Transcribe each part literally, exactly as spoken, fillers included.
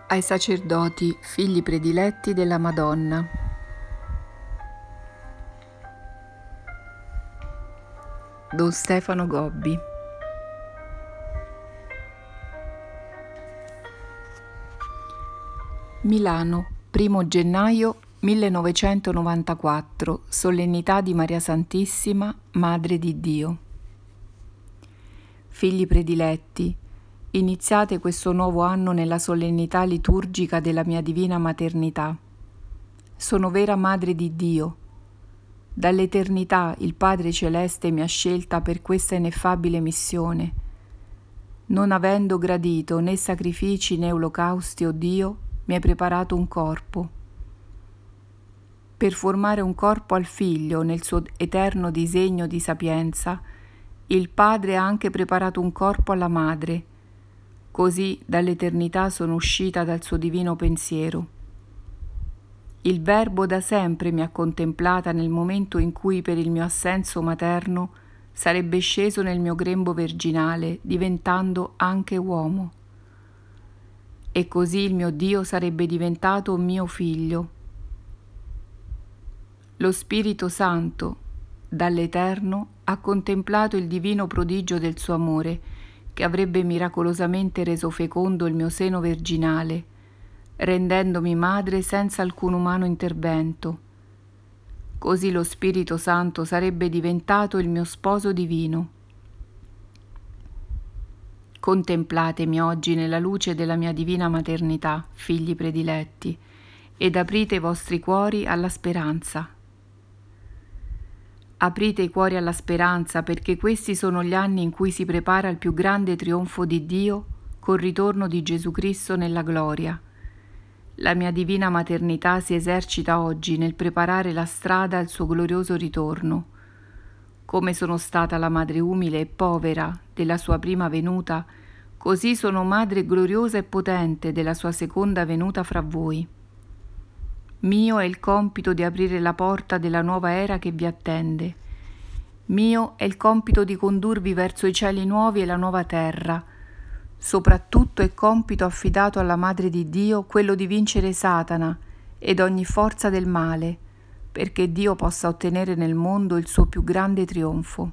Ai sacerdoti, figli prediletti della Madonna. Don Stefano Gobbi. Milano, primo gennaio millenovecentonovantaquattro, solennità di Maria Santissima, Madre di Dio. Figli prediletti, iniziate questo nuovo anno nella solennità liturgica della mia divina maternità. Sono vera Madre di Dio. Dall'eternità il Padre Celeste mi ha scelta per questa ineffabile missione. Non avendo gradito né sacrifici né olocausti, o Dio, mi hai preparato un corpo. Per formare un corpo al Figlio nel suo eterno disegno di sapienza, il Padre ha anche preparato un corpo alla Madre. Così dall'eternità sono uscita dal suo divino pensiero. Il Verbo da sempre mi ha contemplata nel momento in cui per il mio assenso materno sarebbe sceso nel mio grembo virginale, diventando anche uomo. E così il mio Dio sarebbe diventato mio figlio. Lo Spirito Santo, dall'Eterno, ha contemplato il divino prodigio del suo amore, che avrebbe miracolosamente reso fecondo il mio seno virginale, rendendomi madre senza alcun umano intervento. Così lo Spirito Santo sarebbe diventato il mio sposo divino. Contemplatemi oggi nella luce della mia divina maternità, figli prediletti, ed aprite i vostri cuori alla speranza. Aprite i cuori alla speranza, perché questi sono gli anni in cui si prepara il più grande trionfo di Dio col ritorno di Gesù Cristo nella gloria. La mia divina maternità si esercita oggi nel preparare la strada al suo glorioso ritorno. Come sono stata la madre umile e povera della sua prima venuta, così sono madre gloriosa e potente della sua seconda venuta fra voi. Mio è il compito di aprire la porta della nuova era che vi attende. Mio è il compito di condurvi verso i cieli nuovi e la nuova terra. Soprattutto è compito affidato alla Madre di Dio quello di vincere Satana ed ogni forza del male, perché Dio possa ottenere nel mondo il suo più grande trionfo.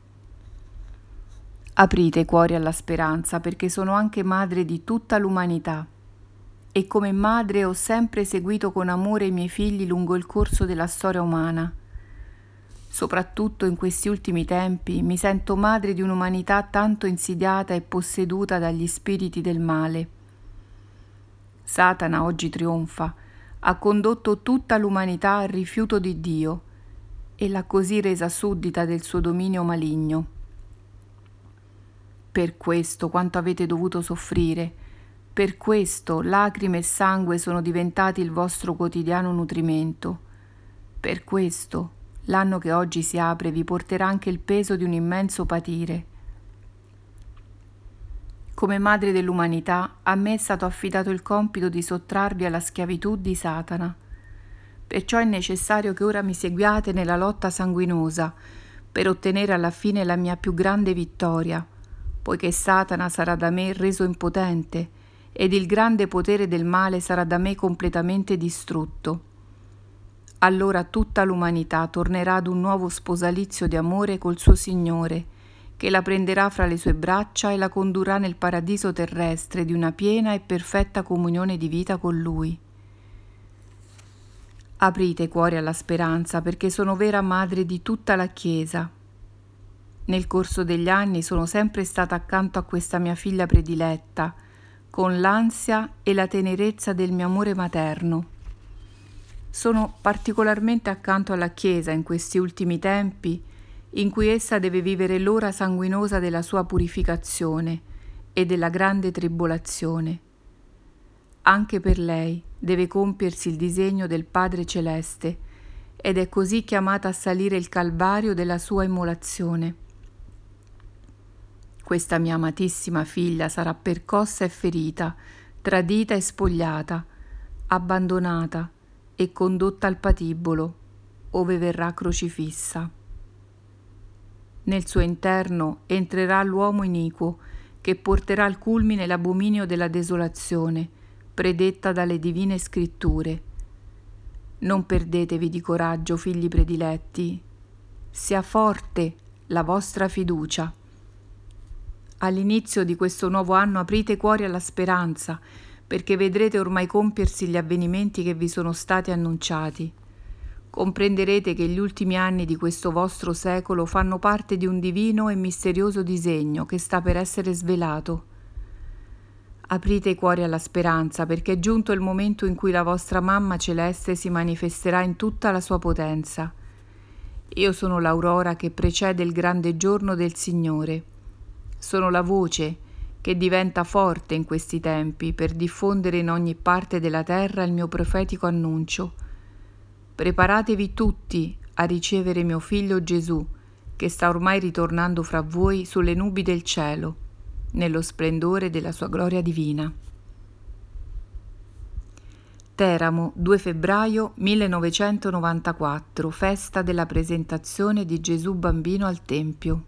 Aprite i cuori alla speranza, perché sono anche madre di tutta l'umanità. E come madre ho sempre seguito con amore i miei figli lungo il corso della storia umana. Soprattutto in questi ultimi tempi mi sento madre di un'umanità tanto insidiata e posseduta dagli spiriti del male. Satana oggi trionfa, ha condotto tutta l'umanità al rifiuto di Dio e l'ha così resa suddita del suo dominio maligno. Per questo quanto avete dovuto soffrire. Per questo lacrime e sangue sono diventati il vostro quotidiano nutrimento. Per questo l'anno che oggi si apre vi porterà anche il peso di un immenso patire. Come madre dell'umanità, a me è stato affidato il compito di sottrarvi alla schiavitù di Satana. Perciò è necessario che ora mi seguiate nella lotta sanguinosa per ottenere alla fine la mia più grande vittoria, poiché Satana sarà da me reso impotente ed il grande potere del male sarà da me completamente distrutto. Allora tutta l'umanità tornerà ad un nuovo sposalizio di amore col suo Signore, che la prenderà fra le sue braccia e la condurrà nel paradiso terrestre di una piena e perfetta comunione di vita con Lui. Aprite i cuori alla speranza, perché sono vera madre di tutta la Chiesa. Nel corso degli anni sono sempre stata accanto a questa mia figlia prediletta, con l'ansia e la tenerezza del mio amore materno. Sono particolarmente accanto alla Chiesa in questi ultimi tempi, in cui essa deve vivere l'ora sanguinosa della sua purificazione e della grande tribolazione. Anche per lei deve compiersi il disegno del Padre Celeste ed è così chiamata a salire il calvario della sua immolazione. Questa mia amatissima figlia sarà percossa e ferita, tradita e spogliata, abbandonata e condotta al patibolo, ove verrà crocifissa. Nel suo interno entrerà l'uomo iniquo, che porterà al culmine l'abominio della desolazione, predetta dalle divine scritture. Non perdetevi di coraggio, figli prediletti. Sia forte la vostra fiducia. All'inizio di questo nuovo anno aprite i cuori alla speranza, perché vedrete ormai compiersi gli avvenimenti che vi sono stati annunciati. Comprenderete che gli ultimi anni di questo vostro secolo fanno parte di un divino e misterioso disegno che sta per essere svelato. Aprite i cuori alla speranza, perché è giunto il momento in cui la vostra mamma celeste si manifesterà in tutta la sua potenza. Io sono l'aurora che precede il grande giorno del Signore. Sono la voce che diventa forte in questi tempi per diffondere in ogni parte della terra il mio profetico annuncio. Preparatevi tutti a ricevere mio figlio Gesù, che sta ormai ritornando fra voi sulle nubi del cielo, nello splendore della sua gloria divina. Teramo, due febbraio millenovecentonovantaquattro, festa della presentazione di Gesù bambino al Tempio.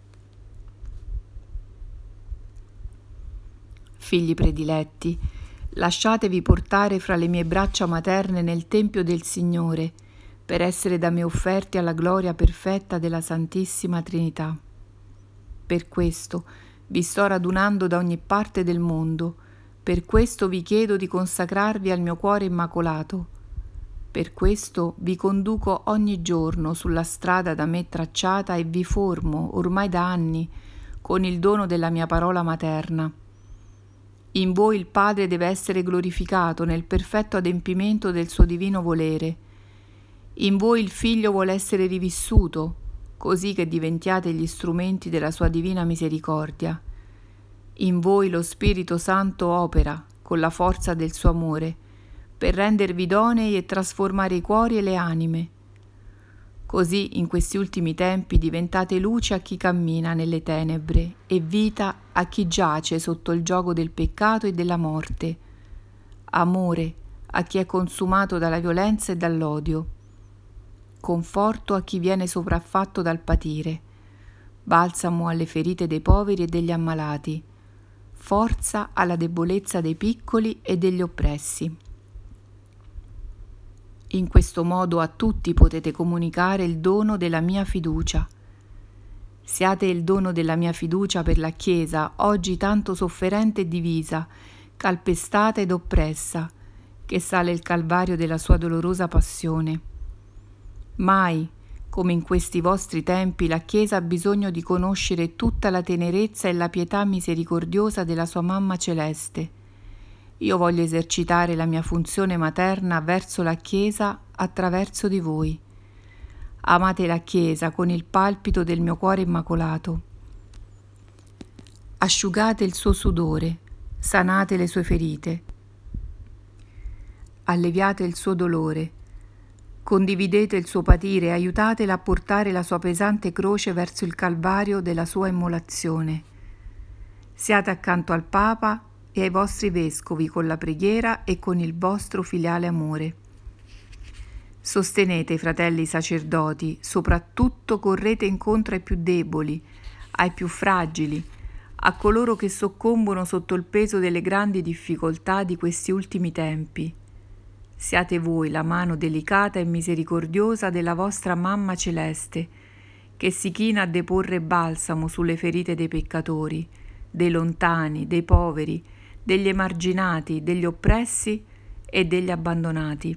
Figli prediletti, lasciatevi portare fra le mie braccia materne nel Tempio del Signore, per essere da me offerti alla gloria perfetta della Santissima Trinità. Per questo vi sto radunando da ogni parte del mondo, per questo vi chiedo di consacrarvi al mio cuore immacolato. Per questo vi conduco ogni giorno sulla strada da me tracciata e vi formo, ormai da anni, con il dono della mia parola materna. In voi il Padre deve essere glorificato nel perfetto adempimento del suo divino volere. In voi il Figlio vuole essere rivissuto, così che diventiate gli strumenti della sua divina misericordia. In voi lo Spirito Santo opera, con la forza del suo amore, per rendervi idonei e trasformare i cuori e le anime. Così in questi ultimi tempi diventate luce a chi cammina nelle tenebre e vita a chi giace sotto il giogo del peccato e della morte, amore a chi è consumato dalla violenza e dall'odio, conforto a chi viene sopraffatto dal patire, balsamo alle ferite dei poveri e degli ammalati, forza alla debolezza dei piccoli e degli oppressi. In questo modo a tutti potete comunicare il dono della mia fiducia. Siate il dono della mia fiducia per la Chiesa, oggi tanto sofferente e divisa, calpestata ed oppressa, che sale il calvario della sua dolorosa passione. Mai, come in questi vostri tempi, la Chiesa ha bisogno di conoscere tutta la tenerezza e la pietà misericordiosa della sua Mamma Celeste. Io voglio esercitare la mia funzione materna verso la Chiesa attraverso di voi. Amate la Chiesa con il palpito del mio cuore immacolato. Asciugate il suo sudore, sanate le sue ferite, alleviate il suo dolore, condividete il suo patire e aiutatela a portare la sua pesante croce verso il calvario della sua immolazione. Siate accanto al Papa e ai vostri vescovi con la preghiera e con il vostro filiale amore. Sostenete i fratelli sacerdoti, soprattutto correte incontro ai più deboli, ai più fragili, a coloro che soccombono sotto il peso delle grandi difficoltà di questi ultimi tempi. Siate voi la mano delicata e misericordiosa della vostra Mamma Celeste, che si china a deporre balsamo sulle ferite dei peccatori, dei lontani, dei poveri, degli emarginati, degli oppressi e degli abbandonati.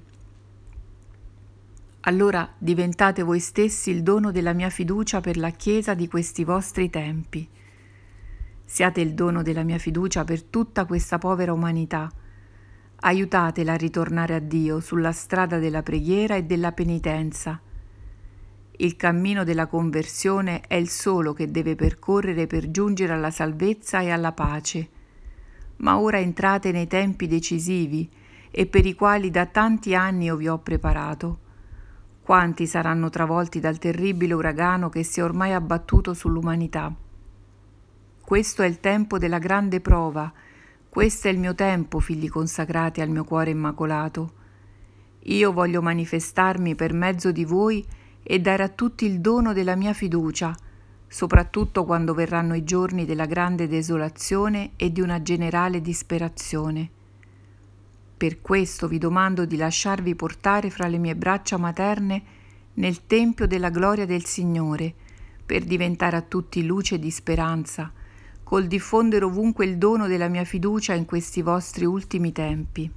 Allora diventate voi stessi il dono della mia fiducia per la Chiesa di questi vostri tempi. Siate il dono della mia fiducia per tutta questa povera umanità. Aiutatela a ritornare a Dio sulla strada della preghiera e della penitenza. Il cammino della conversione è il solo che deve percorrere per giungere alla salvezza e alla pace. Ma ora entrate nei tempi decisivi e per i quali da tanti anni io vi ho preparato. Quanti saranno travolti dal terribile uragano che si è ormai abbattuto sull'umanità? Questo è il tempo della grande prova. Questo è il mio tempo, figli consacrati al mio cuore immacolato. Io voglio manifestarmi per mezzo di voi e dare a tutti il dono della mia fiducia, soprattutto quando verranno i giorni della grande desolazione e di una generale disperazione. Per questo vi domando di lasciarvi portare fra le mie braccia materne nel tempio della gloria del Signore, per diventare a tutti luce di speranza, col diffondere ovunque il dono della mia fiducia in questi vostri ultimi tempi.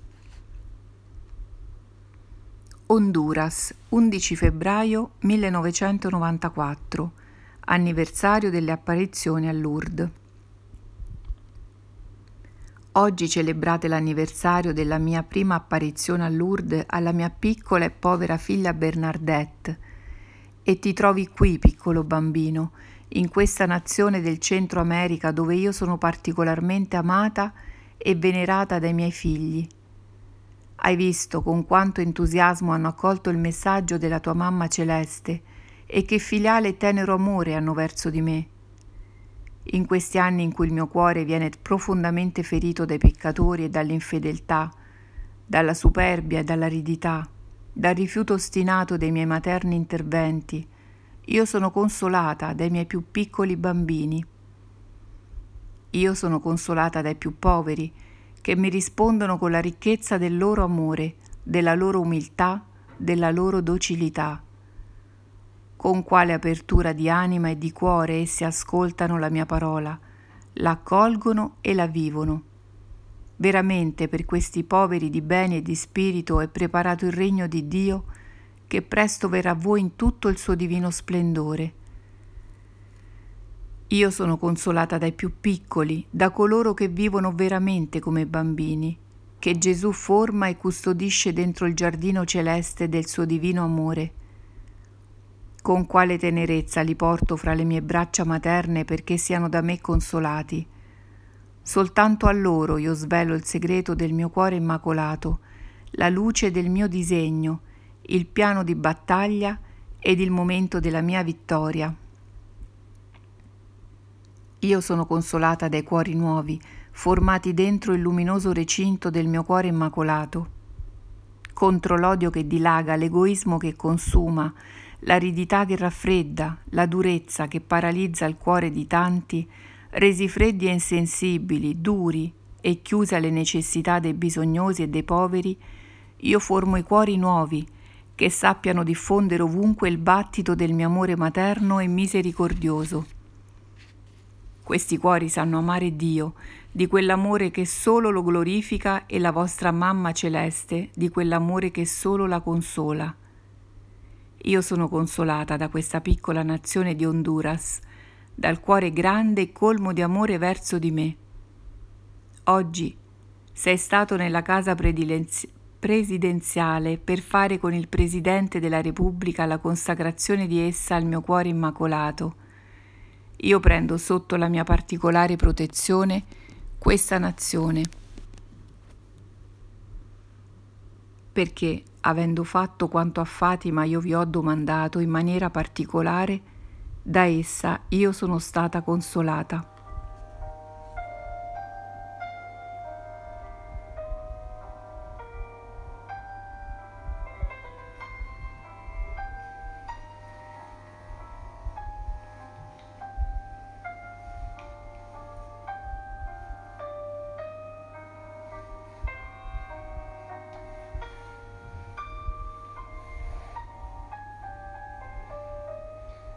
Honduras, undici febbraio millenovecentonovantaquattro, anniversario delle apparizioni a Lourdes. Oggi celebrate l'anniversario della mia prima apparizione a Lourdes alla mia piccola e povera figlia Bernadette, e ti trovi qui, piccolo bambino, in questa nazione del Centro America dove io sono particolarmente amata e venerata dai miei figli. Hai visto con quanto entusiasmo hanno accolto il messaggio della tua mamma celeste e che filiale e tenero amore hanno verso di me. In questi anni in cui il mio cuore viene profondamente ferito dai peccatori e dall'infedeltà, dalla superbia e dall'aridità, dal rifiuto ostinato dei miei materni interventi, io sono consolata dai miei più piccoli bambini. Io sono consolata dai più poveri, che mi rispondono con la ricchezza del loro amore, della loro umiltà, della loro docilità. Con quale apertura di anima e di cuore essi ascoltano la mia parola, la accolgono e la vivono. Veramente per questi poveri di bene e di spirito è preparato il regno di Dio, che presto verrà a voi in tutto il suo divino splendore. Io sono consolata dai più piccoli, da coloro che vivono veramente come bambini, che Gesù forma e custodisce dentro il giardino celeste del suo divino amore. Con quale tenerezza li porto fra le mie braccia materne perché siano da me consolati. Soltanto a loro io svelo il segreto del mio cuore immacolato, la luce del mio disegno, il piano di battaglia ed il momento della mia vittoria. Io sono consolata dai cuori nuovi, formati dentro il luminoso recinto del mio cuore immacolato. Contro l'odio che dilaga, l'egoismo che consuma, l'aridità che raffredda, la durezza che paralizza il cuore di tanti, resi freddi e insensibili, duri e chiusi alle necessità dei bisognosi e dei poveri, io formo i cuori nuovi, che sappiano diffondere ovunque il battito del mio amore materno e misericordioso. Questi cuori sanno amare Dio, di quell'amore che solo lo glorifica, e la vostra mamma celeste, di quell'amore che solo la consola. Io sono consolata da questa piccola nazione di Honduras, dal cuore grande e colmo di amore verso di me. Oggi sei stato nella casa predilenzi- presidenziale per fare con il Presidente della Repubblica la consacrazione di essa al mio cuore immacolato. Io prendo sotto la mia particolare protezione questa nazione, perché, avendo fatto quanto a Fatima io vi ho domandato in maniera particolare, da essa io sono stata consolata.